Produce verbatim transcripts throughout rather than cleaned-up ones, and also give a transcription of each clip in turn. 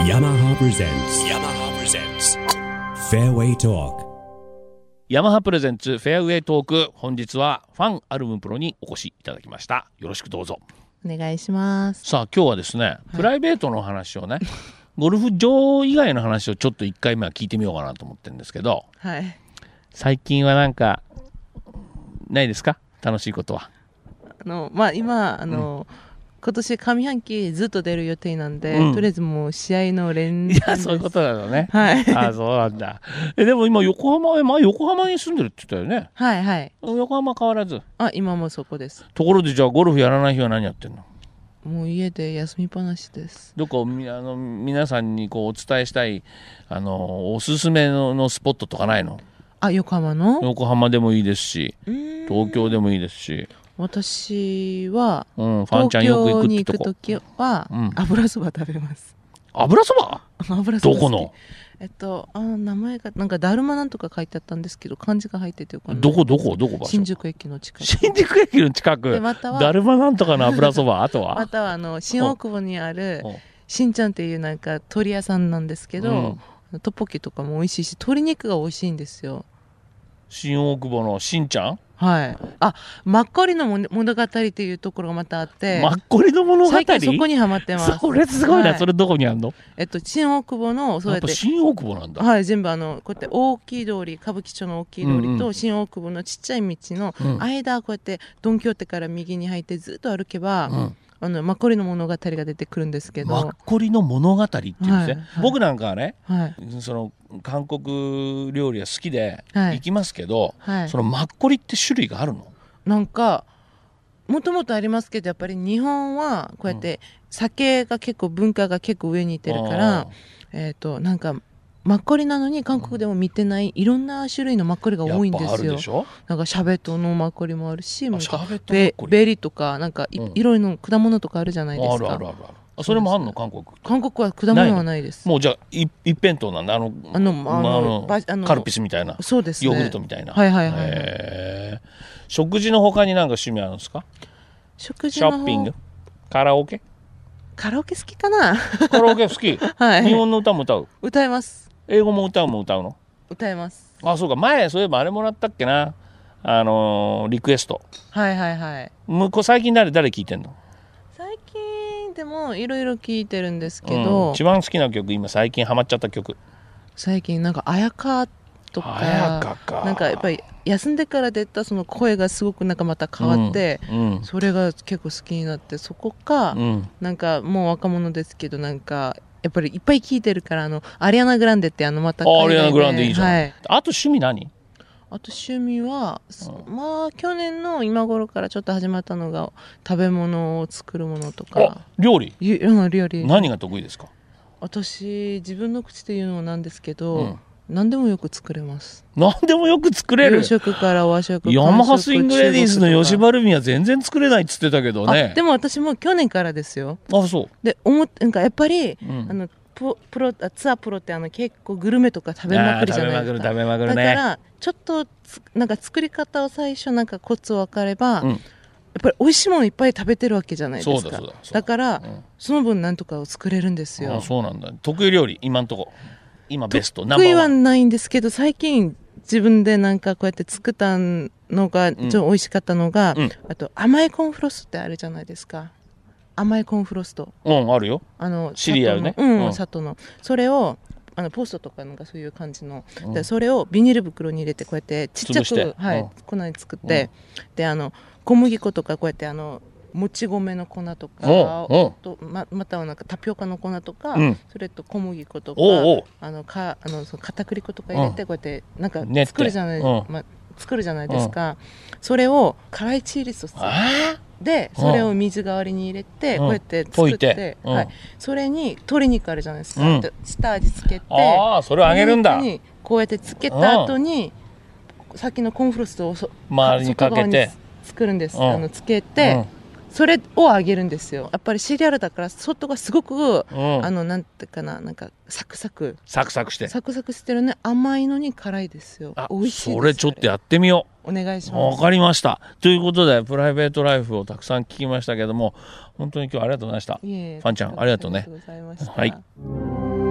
Yamaha presents Yamaha presents Fairway Talk ヤマハプレゼンツフェアウェイトーク。本日はファンアルムプロにお越しいただきました。よろしくどうぞ。 お願いします。 さあ今日はですね、プライベートの話をねゴルフ場以外の話をちょっといっかいめは聞いてみようかなと思ってるんですけど、 はい。 最近はなんかないですか、楽しいことは。 あのまあ今あの、うん、今年上半期ずっと出る予定なんで、うん、とりあえずもう試合の連いやそういうことなのね。 はい。 あそうなんだ。えでも今横浜へ、まあ、横浜に住んでるって言ったよね。 はいはい。 横浜変わらず。 あ今もそこです。 ところでじゃあゴルフやらない日は何やってんの？ もう家で休みっぱなしです。 どこみあの皆さんにこうお伝えしたいあのおすすめ の, のスポットとかないの？ あ横浜の？ 横浜でもいいですし、東京でもいいですし。 私は、 うん、ファンちゃんよく行くってとこ。東京に行くときは、うん、油そば食べます。 油そば？ 油そば。 どこの？ えっとあ名前がなんかだるまなんとか書いてあったんですけど漢字が入っててよかった。 どこどこどこ場所？ 新宿駅の近く。 新宿駅の近く。 でまたはだるまなんとかの油そば。あとはまたはあの新大久保にあるしんちゃんっていうなんか鳥屋さんなんですけど、うん、トッポッキとかも美味しいし鶏肉が美味しいんですよ。 新大久保のしんちゃん。 はい、あマッコリの物語っていうところがまたあって、 マッコリの物語、 最近そこにハマってます。 それすごいな、はい、それどこにあるの？えっと新大久保のそうやって新大久保なんだ。 はい、全部あのこうやって大きい通り、歌舞伎町の大きい通りと新大久保のちっちゃい道の間、うん、こうやってドンキョーテから右に入ってずっと歩けば、うん、あのマッコリの物語が出てくるんですけど。 マッコリの物語って言うんですね、はいはい、僕なんかはね、はい、その韓国料理は好きで行きますけど、はいはい、そのマッコリって種類があるの？ なんかもともとありますけどやっぱり日本はこうやって酒が結構文化が結構上にいってるから、うん、えーとなんかマッコリなのに韓国でも見てないいろんな種類のマッコリが多いんですよ。 やっぱあるでしょ？なんかシャベトのマッコリもあるし、なんか ベ, ベリとかなんか い,、うん、いろいろの果物とかあるじゃないですか。 あるあるあるある。あそれもあんの？韓国？ 韓国は果物はないです。 もうじゃあ一辺倒なんだ。あのあのあのあのカルピスみたいな。 そうですね。 ヨーグルトみたいな。 はいはいはい、はいえー、食事の他に何か趣味あるんですか？ 食事のショッピング、カラオケ？ カラオケ好きかな。 カラオケ好き。 はい。 日本の歌も歌う？ 歌います。 英語も歌うも歌うの？歌います。 あそうか、前そういえばあれもらったっけな、あのー、リクエスト。 はいはいはい。 向こう最近誰誰聞いてんの？ 最近でもいろいろ聞いてるんですけど、 うん、一番好きな曲、今最近ハマっちゃった曲。 最近なんか綾香とか、 綾香か、 なんかやっぱり休んでから出たその声がすごくなんかまた変わって、うんうん、それが結構好きになって、そこか、うん、なんかもう若者ですけどなんかやっぱりいっぱい聴いてるから、あのアリアナ・グランデってあのまたアリアナ・グランデいいじゃん、はい、あと趣味何？ あと趣味は、うん、まあ去年の今頃からちょっと始まったのが食べ物を作るものとか。 料理？ うん、料理。 何が得意ですか？ 私自分の口で言うのもなんですけど、うん、何でもよく作れます。 何でもよく作れる？ 洋食から和食、 ヤマハスイングレディースの吉原美は全然作れないっつってたけどね。 でも私も去年からですよ。 あそうで思っなんかやっぱり、うん、あのプロツアープロってあの結構グルメとか食べまくりじゃないですか。 食べまくる食べまくるね。 だからちょっとなんか作り方を最初なんかコツ分かれば、うん、やっぱり美味しいものいっぱい食べてるわけじゃないですか。 そうだそうだそうだ。 だから、うん、その分なんとかを作れるんですよ。 あそうなんだ。得意料理今んとこ今ベスト得意はないんですけど、最近自分でなんかこうやって作ったのがちょっと美味しかったのが、うん、あと甘いコーンフロスってあるじゃないですか。甘いコーンフロスト。 うんあるよ。 あのシリアルね。 うん、うん、砂糖のそれをあのポストとかなんかそういう感じの、うん、でそれをビニール袋に入れてこうやってちっちゃく、はい、うん、粉に作って、うん、であの小麦粉とかこうやってあのもち米の粉とかと ま, またはなんかタピオカの粉とか、うん、それと小麦粉とかおうおうあのかあのその片栗粉とか入れてこうやってなんか作るじゃない、うんま、作るじゃないですか、うん、それを辛いチリソースでそれを水代わりに入れて、うん、こうやって作って、て、うんはい、それに鶏肉あるじゃないですか、うん、下味つけてあそれを揚げるんだ。 にこうやってつけた後に、うん、さっきのコーンフロスを周りにかけて作るんです、うん、あのつけて、うんそれを揚げるんですよ。やっぱりシリアルだから外がすごく、うん、あのなんていうかな、なんかサクサクサクサクしてサクサクしてるね。甘いのに辛いですよ。美味しいです。 それちょっとやってみよう。お願いします。 わかりました。ということでプライベートライフをたくさん聞きましたけども、本当に今日はありがとうございました。いえファンちゃんありがとうね。 ありがとうございました。 はい。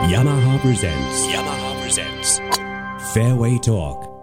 Yamaha presents Yamaha presents Fairway Talk.